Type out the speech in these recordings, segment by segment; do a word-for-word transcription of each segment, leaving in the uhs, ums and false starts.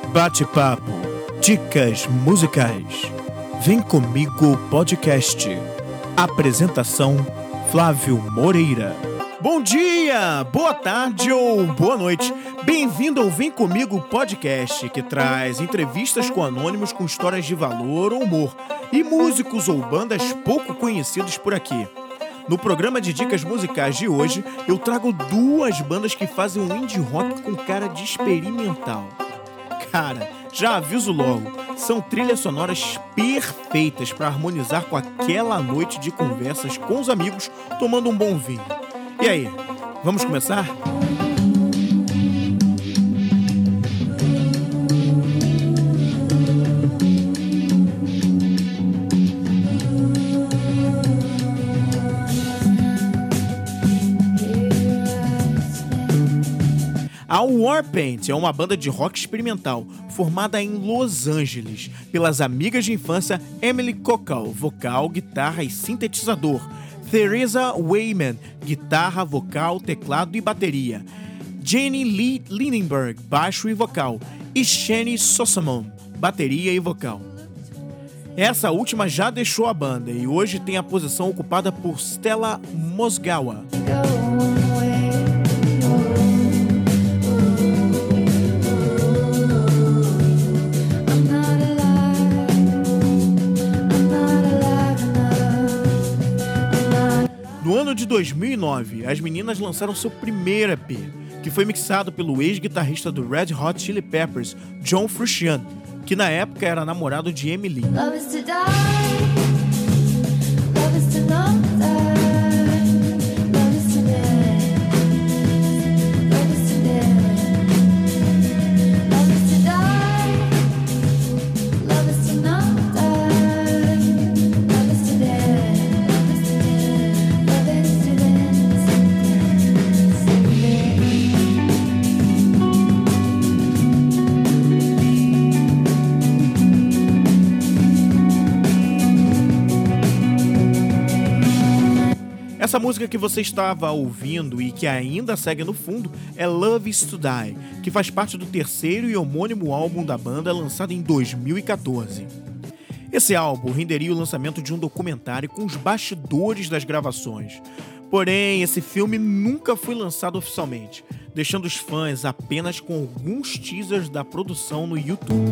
Bate-papo, dicas musicais. Vem comigo podcast. Apresentação Flávio Moreira. Bom dia, boa tarde ou boa noite. Bem-vindo ao Vem Comigo podcast, que traz entrevistas com anônimos com histórias de valor ou humor e músicos ou bandas pouco conhecidos por aqui. No programa de dicas musicais de hoje, eu trago duas bandas que fazem um indie rock com cara de experimental. Cara, já aviso logo, são trilhas sonoras perfeitas para harmonizar com aquela noite de conversas com os amigos tomando um bom vinho. E aí, vamos começar? A Warpaint é uma banda de rock experimental formada em Los Angeles pelas amigas de infância Emily Cockle, vocal, guitarra e sintetizador, Theresa Wayman, guitarra, vocal, teclado e bateria, Jenny Lee Lindenberg, baixo e vocal, e Shani Sossamon, bateria e vocal. Essa última já deixou a banda e hoje tem a posição ocupada por Stella Mozgawa. No ano de dois mil e nove, as meninas lançaram seu primeiro E P, que foi mixado pelo ex-guitarrista do Red Hot Chili Peppers, John Frusciante, que na época era namorado de Emily. Essa música que você estava ouvindo e que ainda segue no fundo é Love Is To Die, que faz parte do terceiro e homônimo álbum da banda lançado em dois mil e catorze. Esse álbum renderia o lançamento de um documentário com os bastidores das gravações. Porém, esse filme nunca foi lançado oficialmente, deixando os fãs apenas com alguns teasers da produção no YouTube.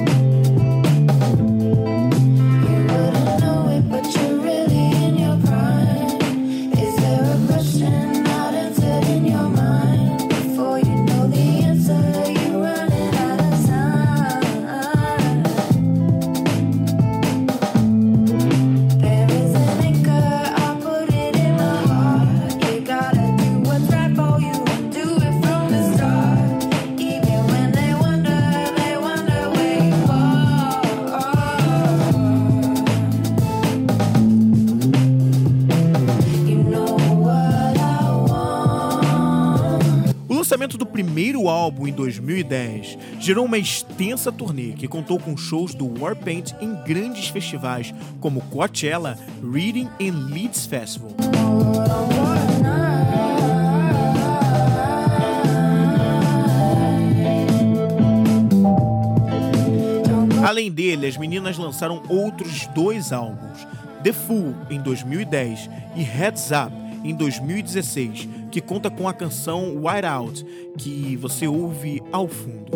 O lançamento do primeiro álbum em dois mil e dez gerou uma extensa turnê que contou com shows do Warpaint em grandes festivais como Coachella, Reading e Leeds Festival. Além dele, as meninas lançaram outros dois álbuns, The Fool em dois mil e dez e Heads Up em dois mil e dezesseis, que conta com a canção White Out, que você ouve ao fundo.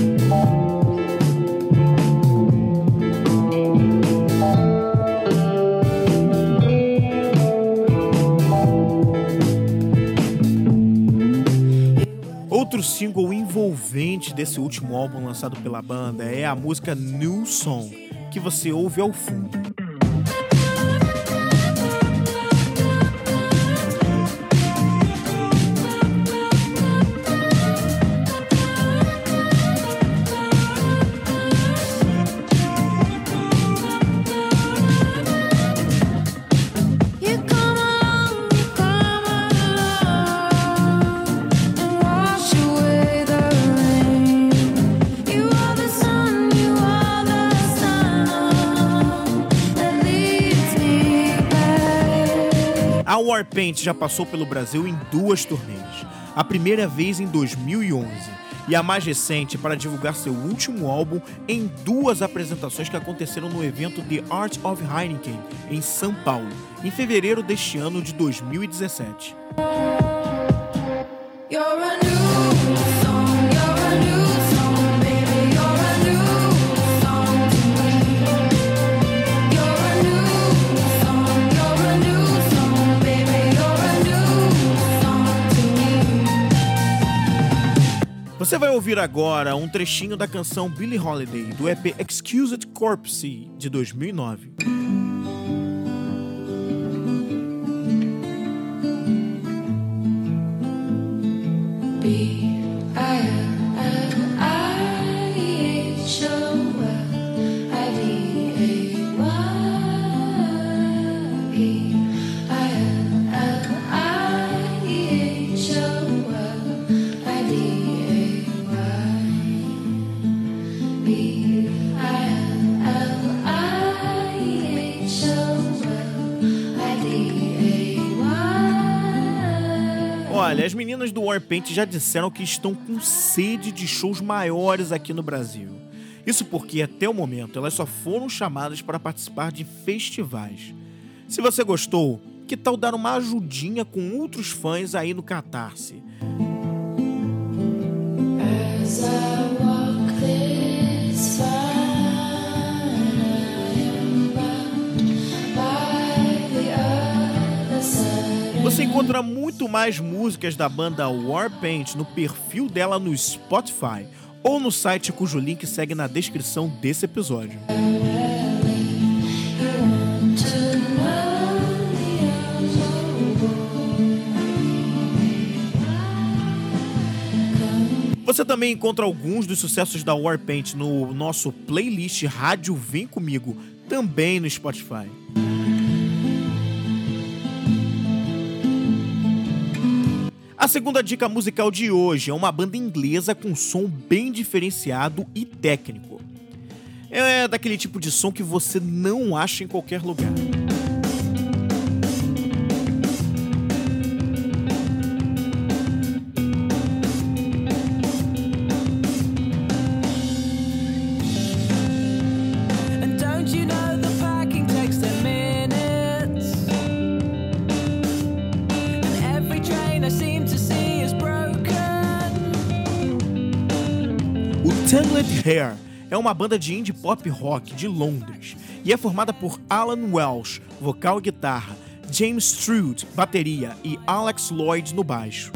Outro single envolvente desse último álbum lançado pela banda é a música New Song, que você ouve ao fundo. A Warpaint já passou pelo Brasil em duas turnês. A primeira vez em dois mil e onze e a mais recente para divulgar seu último álbum em duas apresentações que aconteceram no evento The Art of Heineken, em São Paulo, em fevereiro deste ano de dois mil e dezessete. Você vai ouvir agora um trechinho da canção Billie Holiday, do E P Excused Corpse, de dois mil e nove. Olha, as meninas do Warpaint já disseram que estão com sede de shows maiores aqui no Brasil. Isso porque, até o momento, elas só foram chamadas para participar de festivais. Se você gostou, que tal dar uma ajudinha com outros fãs aí no Catarse? Você encontra muito mais músicas da banda Warpaint no perfil dela no Spotify ou no site cujo link segue na descrição desse episódio. Você também encontra alguns dos sucessos da Warpaint no nosso playlist Rádio Vem Comigo, também no Spotify. A segunda dica musical de hoje é uma banda inglesa com som bem diferenciado e técnico. É daquele tipo de som que você não acha em qualquer lugar. Tangled Hair é uma banda de indie pop rock de Londres e é formada por Alan Welsh, vocal e guitarra, James Trude, bateria e Alex Lloyd no baixo.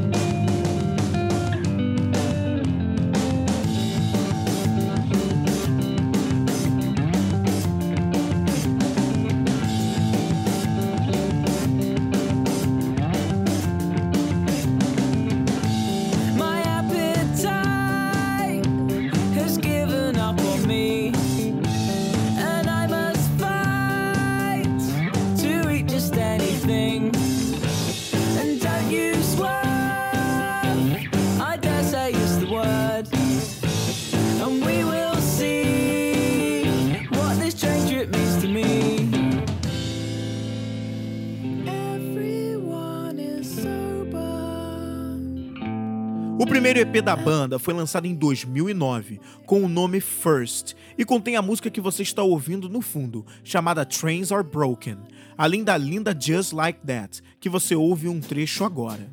O primeiro E P da banda foi lançado em dois mil e nove, com o nome First, e contém a música que você está ouvindo no fundo, chamada Trains Are Broken, além da linda Just Like That, que você ouve um trecho agora.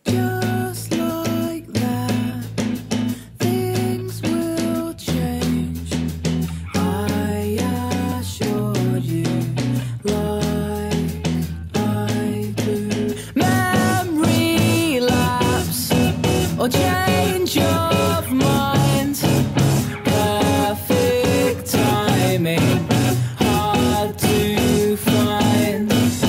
Change of mind, perfect timing, hard to find.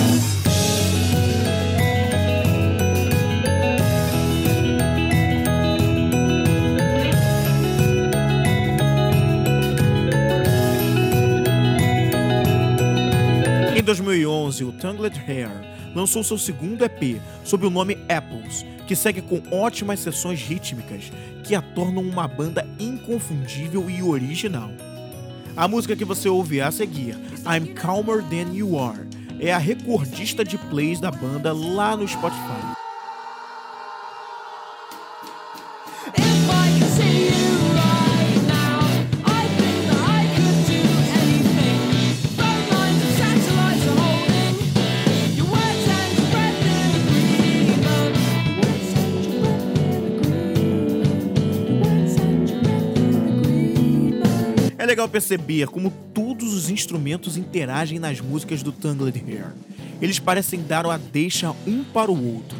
Em dois mil e onze, o Tangled Hair lançou seu segundo E P sob o nome Apples, que segue com ótimas sessões rítmicas que a tornam uma banda inconfundível e original. A música que você ouve a seguir, I'm Calmer Than You Are, é a recordista de plays da banda lá no Spotify. If I can see É legal perceber como todos os instrumentos interagem nas músicas do Tangled Hair. Eles parecem dar a deixa um para o outro.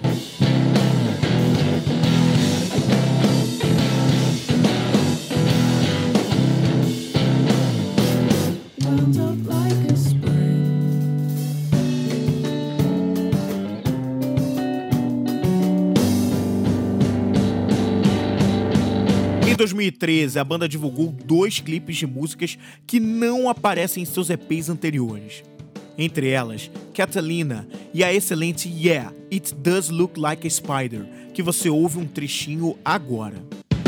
Em dois mil e treze, a banda divulgou dois clipes de músicas que não aparecem em seus E Ps anteriores. Entre elas, Catalina e a excelente Yeah, It Does Look Like a Spider, que você ouve um trechinho agora.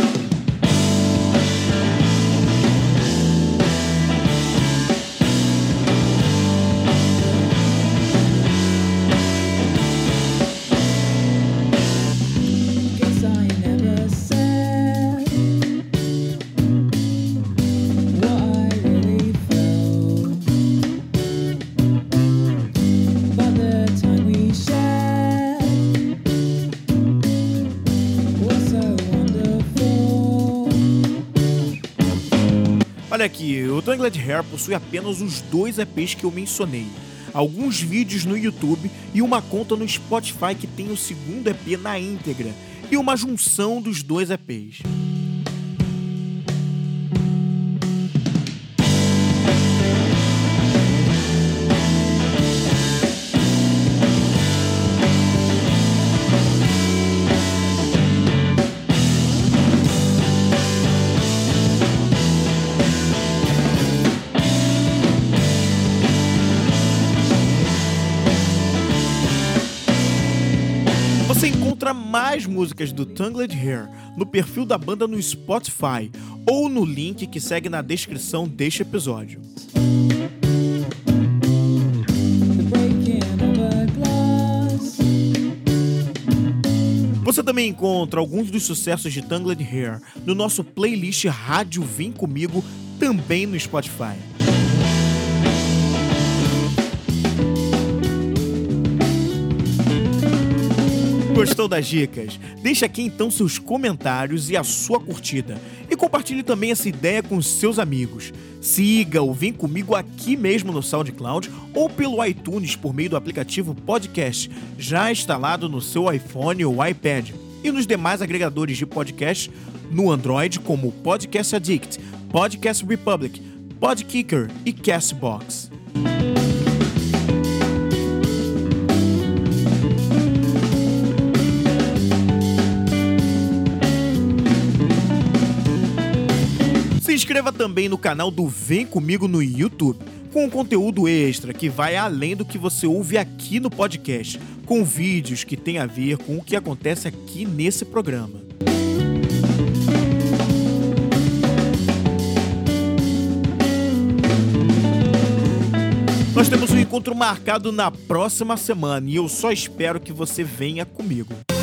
Olha aqui, o Tangled Hair possui apenas os dois E Ps que eu mencionei, alguns vídeos no YouTube e uma conta no Spotify que tem o segundo E P na íntegra, e uma junção dos dois E Ps. Você encontra mais músicas do Tangled Hair no perfil da banda no Spotify ou no link que segue na descrição deste episódio. Você também encontra alguns dos sucessos de Tangled Hair no nosso playlist Rádio Vem Comigo, também no Spotify. Gostou das dicas? Deixe aqui então seus comentários e a sua curtida. E compartilhe também essa ideia com seus amigos. Siga o Vem Comigo aqui mesmo no SoundCloud ou pelo iTunes por meio do aplicativo Podcast, já instalado no seu iPhone ou iPad. E nos demais agregadores de podcast no Android como Podcast Addict, Podcast Republic, Podkicker e Castbox. Se inscreva também no canal do Vem Comigo no YouTube, com um conteúdo extra que vai além do que você ouve aqui no podcast, com vídeos que tem a ver com o que acontece aqui nesse programa. Nós temos um encontro marcado na próxima semana e eu só espero que você venha comigo.